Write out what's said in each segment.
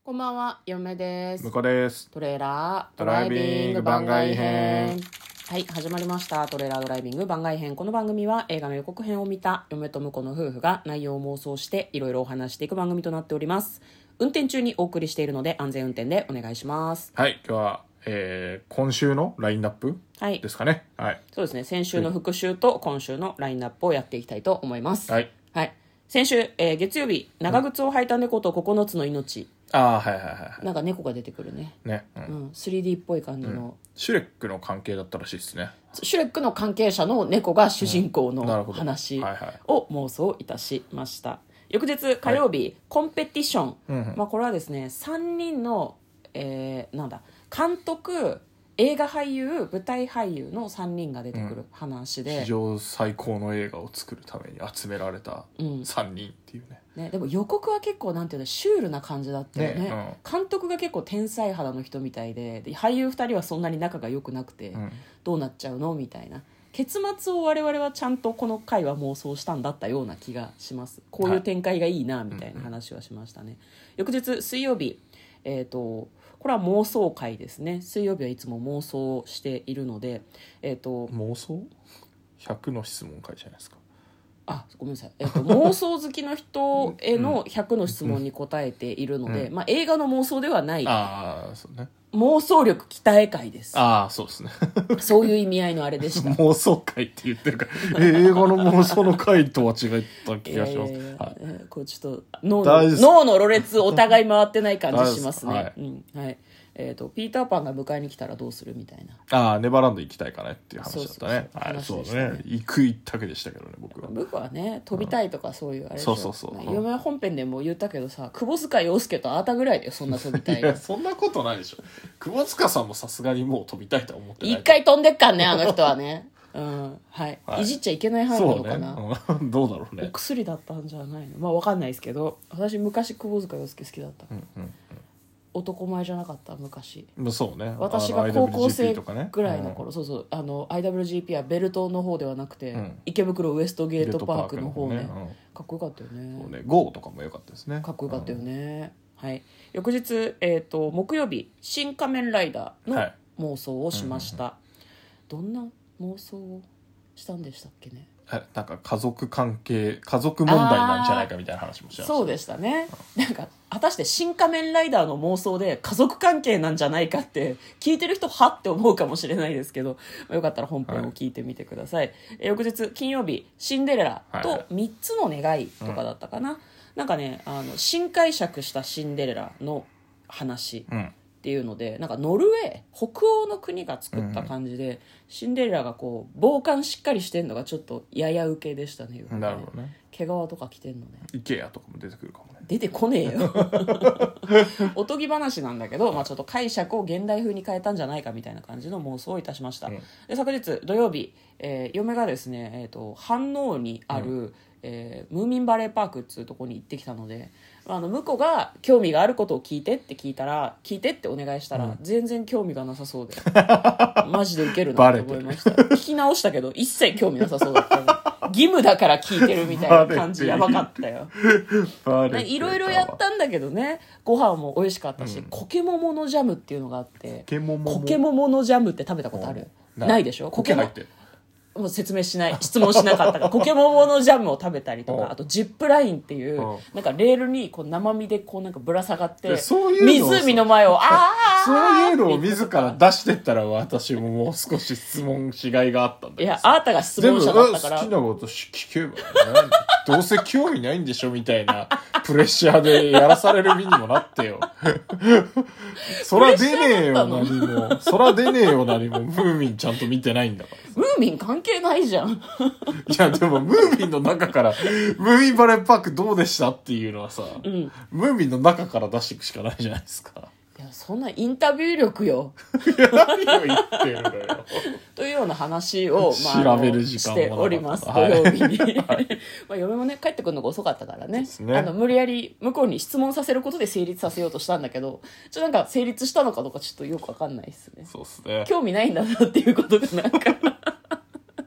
こんばんは、嫁です。 向こうです。 トレーラードライビング番外編。はい、始まりました。トレーラードライビング番外編。この番組は映画の予告編を見た嫁と婿の夫婦が内容を妄想していろいろお話していく番組となっております。運転中にお送りしているので安全運転でお願いします。 はい、今日は、今週のラインナップですかね。はい。 そうですね、先週の復習と今週のラインナップをやっていきたいと思います。 はい。 はい。先週、月曜日、長靴を履いた猫と9つの命。 ああ、はいはいはい。 なんか猫が出てくるね。 ね。 3D っぽい感じの。 シュレックの関係だったらしいですね。 シュレックの関係者の猫が主人公の話を妄想いたしました。翌日火曜日、コンペティション。これはですね、3人の、監督、映画俳優、舞台俳優の3人が出てくる話で、 史上最高の映画を作るために集められた3人っていうね。 でも予告は結構なんていうのシュールな感じだったよね。監督が結構天才肌の人みたいで、俳優2人はそんなに仲が良くなくて、どうなっちゃうのみたいな結末を我々はちゃんとこの回は妄想したんだったような気がします。こういう展開がいいなみたいな話はしましたね。翌日水曜日、これは妄想回ですね。水曜日はいつも妄想をしているので、 妄想 ?100 の質問会じゃないですか。 ごめんなさい、妄想好きの人への100の質問に答えているので、映画の妄想ではない、 そうね、 妄想力鍛え会です。 そうですねそういう意味合いのあれでした妄想会って言ってるから映画の妄想の会とは違った気がします。 これちょっと脳のろれつお互い回ってない感じしますね。はい。ピーターパンが迎えに来たらどうするみたいな。 ネバーランド行きたいかねっていう話だったね。そうね。行く一択でしたけどね、僕はね、飛びたいとかそういうあれでしょ。 そう嫁は本編でも言ったけどさ、窪塚洋介とあなたぐらいだよ、そんな飛びたい。 いや、そんなことないでしょ。窪塚さんもさすがにもう飛びたいとは思ってない。 一回飛んでっかんね、あの人はね。はい。いじっちゃいけない範囲なのかな。 どうだろうね。 お薬だったんじゃないの。わかんないですけど、私昔窪塚洋介好きだった。男前じゃなかった昔。 そうね。 私が高校生ぐらいの頃、IWGP はベルトの方ではなくて、池袋ウエストゲートパークの方ね、かっこよかったよね。 そうね、GO とかもよかったですね。 かっこよかったよね。はい。翌日、木曜日、新仮面ライダーの妄想をしました。どんな妄想をしたんでしたっけね。 なんか家族問題なんじゃないかみたいな話もしてました。 そうでしたね。なんか果たして新仮面ライダーの妄想で家族関係なんじゃないかって聞いてる人はって思うかもしれないですけど、よかったら本編を聞いてみてください。翌日金曜日、シンデレラと3つの願いとかだったかな。なんかね、新解釈したシンデレラの話っていうので、なんかノルウェー北欧の国が作った感じで、シンデレラがこう防寒しっかりしてんのがちょっとやや受けでしたね。 なるほどね。 毛皮とか着てんのね。 IKEA とかも出てくるかもね。 出てこねえよおとぎ話なんだけど、ちょっと解釈を現代風に変えたんじゃないかみたいな感じの妄想をいたしました。で昨日土曜日、嫁がですね、飯能にある、ムーミンバレーパークっていうところに行ってきたので、向こうが興味があることを聞いてって聞いたら、聞いてってお願いしたら、全然興味がなさそうでマジでウケるなと思いました。聞き直したけど一切興味なさそうだったの義務だから聞いてるみたいな感じやばかったよいろいろやったんだけどね。ご飯も美味しかったし、コケモモのジャムっていうのがあって、コケモモのジャムって食べたことある？ないでしょ。 コケ入ってる。 もう説明しない、質問しなかったからコケモモのジャムを食べたりとか、あとジップラインっていうなんかレールにこう生身でこうなんかぶら下がって湖の前をそういうのを自ら出してったら私ももう少し質問しがいがあったんだけど、 いやあなたが質問者だったから好きなこと聞けばねどうせ興味ないんでしょみたいなプレッシャーでやらされる身にもなってよそら出ねえよ何もそら出ねえよ何もムーミンちゃんと見てないんだから。 ムーミン関係ないじゃんいやでもムーミンの中からムーミンバレーパークどうでしたっていうのはさ、ムーミンの中から出していくしかないじゃないですか。 いやそんなインタビュー力よ何を言ってるのよというような話を、 調べる時間もしております土曜日に、嫁もね帰ってくるのが遅かったからね、無理やり向こうに質問させることで成立させようとしたんだけど、なんか成立したのかどうかちょっとよくわかんないですね。 そうっすね。 興味ないんだなっていうことがなんか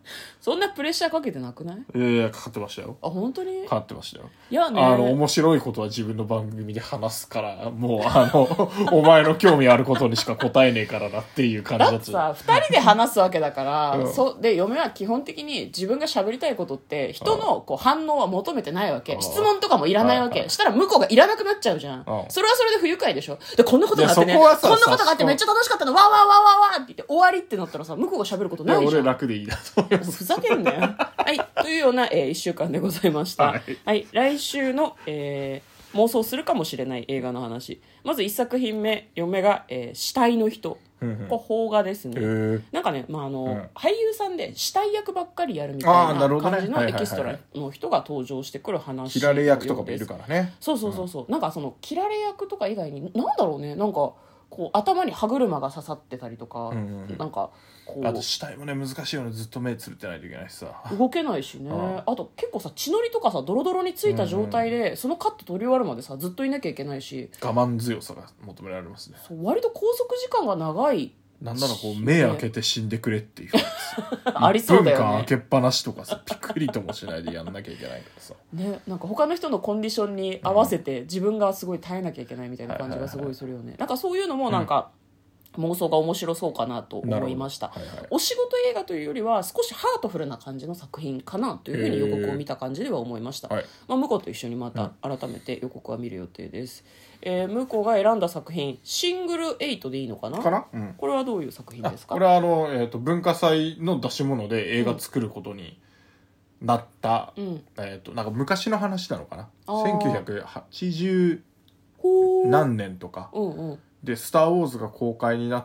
そんなプレッシャーかけてなくない？ いやいや、かかってましたよ。 あ、本当に？ かかってましたよ。 いやね、 面白いことは自分の番組で話すから、もうお前の興味あることにしか答えねえからなっていう感じだった。 だってさ、二人で話すわけだから、 うんで、嫁は基本的に自分が喋りたいことって、人のこう反応は求めてないわけ。質問とかもいらないわけ。したら向こうがいらなくなっちゃうじゃん。それはそれで不愉快でしょ。で、こんなことがあってね、こんなことがあってめっちゃ楽しかったの、わーわーわーわーわーって言って終わりってなったらさ、向こうが喋ることないじゃん。 俺楽でいいなと思います。 ふざけんなよ。はい。というような、1週間でございました。はい。来週の、妄想するかもしれない映画の話。まず1作品目、嫁が、死体の人。これ邦画ですね。なんかね、俳優さんで死体役ばっかりやるみたいな感じのエキストラの人が登場してくる話。 切られ役とかもいるからね。 そう。なんかその切られ役とか以外に、なんだろうね、なんかこう頭に歯車が刺さってたりとか、なんかこうあと死体もね難しいよね。ずっと目つぶってないといけないしさ、 動けないしね。あと結構さ、血のりとかさ、ドロドロについた状態で、そのカット取り終わるまでさずっといなきゃいけないし、 我慢強さが求められますね。 そう、割と拘束時間が長い。 なんならこう目開けて死んでくれっていうありそうだよね。 1分間開けっぱなしとかさ、ピクリともしないでやんなきゃいけないからさね、なんか他の人のコンディションに合わせて自分がすごい耐えなきゃいけないみたいな感じがすごいするよね。なんかそういうのもなんか、妄想が面白そうかなと思いました。お仕事映画というよりは少しハートフルな感じの作品かなというふうに予告を見た感じでは思いました。向こうと一緒にまた改めて予告は見る予定です。向こうが選んだ作品、シングル8でいいのかな、これはどういう作品ですか？ これは文化祭の出し物で映画作ることになった、なんか昔の話なのかな、1980何年とか、でスター・ウォーズが公開になって、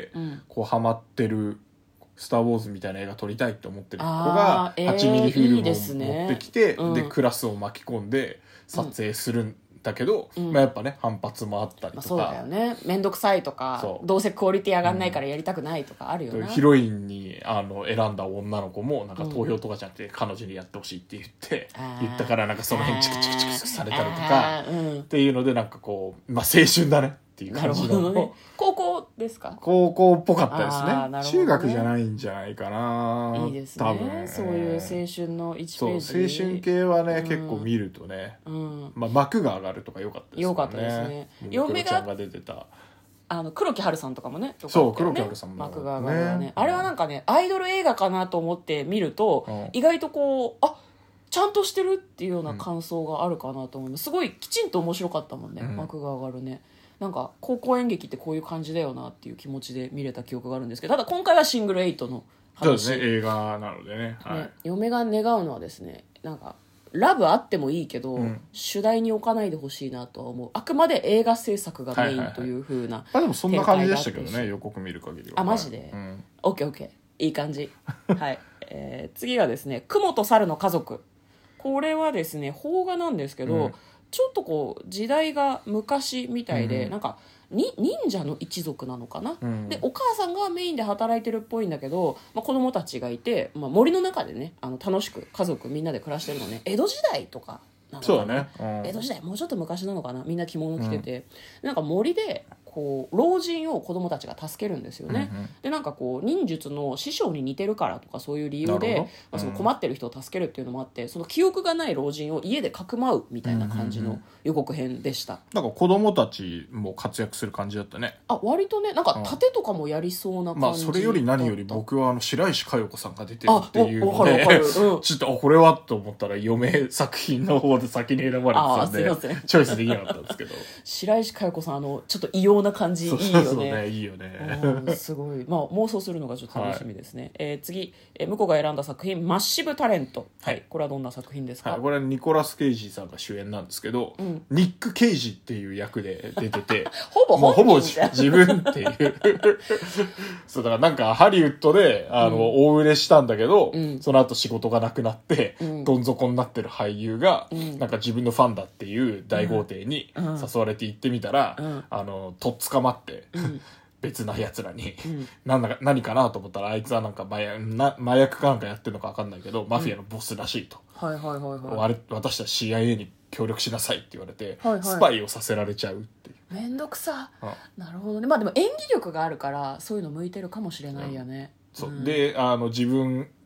こうハマってるスター・ウォーズみたいな映画撮りたいって思ってる子が8ミリフィルムを持ってきて、でクラスを巻き込んで撮影するんだけど、やっぱね反発もあったりとか、 そうだよね、面倒くさいとか、どうせクオリティ上がんないからやりたくないとかあるよね。 ヒロインに選んだ女の子もなんか投票とかじゃなくて彼女にやってほしいって言ったから、なんかその辺チクチクチクチクされたりとかっていうので、なんかこう、青春だねっていう感じの、 ね、高校ですか？ 高校っぽかったですね。中学じゃないんじゃないかな。 いいですね、多分そういう青春の1ページ。 そう、青春系はね、結構見るとね、幕が上がるとか良かったですね。 良かったですね。 嫁ちゃんが出てた黒木華さんとかもね、 そう黒木華さんも幕が上がるね。あれはなんかね、アイドル映画かなと思って見ると、意外とこうちゃんとしてるっていうような感想があるかなと思います。すごいきちんと面白かったもんね、幕が上がるね。なんか高校演劇ってこういう感じだよなっていう気持ちで見れた記憶があるんですけど、ただ今回はシングル8の話。 そうですね、映画なのでね、 嫁が願うのはですね、なんかラブあってもいいけど、主題に置かないでほしいなとは思う。あくまで映画制作がメインという風な、 でもそんな感じでしたけどね、予告見る限りは。 マジで、オッケーオッケー、いい感じはい、次がですね、雲と猿の家族。これはですね邦画なんですけど、ちょっとこう時代が昔みたいで、なんか忍者の一族なのかな、でお母さんがメインで働いてるっぽいんだけど、子供たちがいて、森の中でね楽しく家族みんなで暮らしてるのね。江戸時代とかなのかな。 そうだね、 江戸時代もうちょっと昔なのかな。みんな着物着てて、なんか森でこう老人を子供たちが助けるんですよね。でなんかこう忍術の師匠に似てるからとかそういう理由で、その困ってる人を助けるっていうのもあって、その記憶がない老人を家でかくまうみたいな感じの予告編でした。 なんか子供たちも活躍する感じだったね。 割とね、なんか盾とかもやりそうな感じ。 それより何より僕は白石佳代子さんが出てるっていうので、ちょっとこれはと思ったら嫁作品の方で先に選ばれてたんでチョイスできなかったんですけど白石佳代子さんちょっと異様な感じいいよね。 そうね、いいよね。 すごい、妄想するのがちょっと楽しみですね。次、向こうが選んだ作品、マッシブタレント。これはどんな作品ですか？ これはニコラス・ケイジさんが主演なんですけど、ニック・ケイジっていう役で出ててほぼ自分っていうそうだからなんかハリウッドで大売れしたんだけど、その後仕事がなくなって、どん底になってる俳優が、なんか自分のファンだっていう大豪邸に誘われて行ってみたら、とっ捕まって、別な奴らに、何かなと思ったら、あいつはなんか麻薬かなんかやってるのか分かんないけど、マフィアのボスらしいと。私たち CIA に協力しなさいって言われて、スパイをさせられちゃうっていう。 めんどくさ。なるほどね。でも演技力があるからそういうの向いてるかもしれないよね。 そうで自分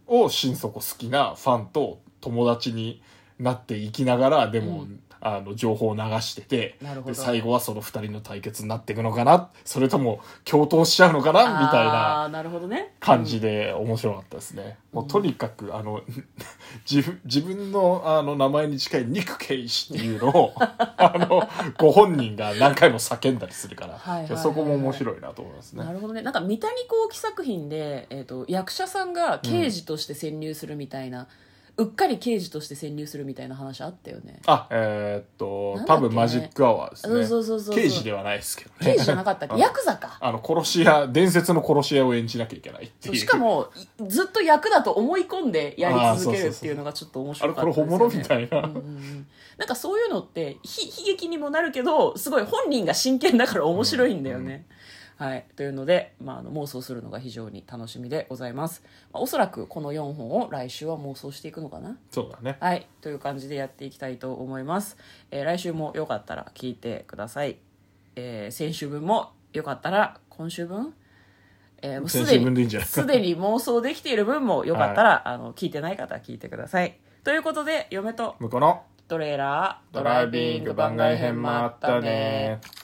を心底好きなファンと友達になっていきながら、でも、情報を流してて、で最後はその二人の対決になっていくのかな、それとも共闘しちゃうのかなみたいな感じで面白かったですね。もうとにかく自分の名前に近いニック・ケイジっていうのをご本人が何回も叫んだりするから、そこも面白いなと思いますね。 なるほどね。なんか三谷幸喜作品で、役者さんが刑事として潜入するみたいな、うっかり刑事として潜入するみたいな話あったよね。 多分マジックアワーですね。そう刑事ではないですけどね。 刑事じゃなかったっけ？ヤクザか。 殺し屋、伝説の殺し屋を演じなきゃいけないっていう。 しかもずっと役だと思い込んでやり続けるっていうのがちょっと面白かったですよね。 これ本物みたいな。 なんかそういうのって悲劇にもなるけど、すごい本人が真剣だから面白いんだよね。はい、というので、妄想するのが非常に楽しみでございます。おそらくこの4本を来週は妄想していくのかな。 そうだね。 はい、という感じでやっていきたいと思います。来週もよかったら聞いてください。先週分もよかったら今週分、もうすでに妄想できている分もよかったら、聞いてない方は聞いてください。ということで、嫁と向こうのトレーラードライビング番外編もあったね。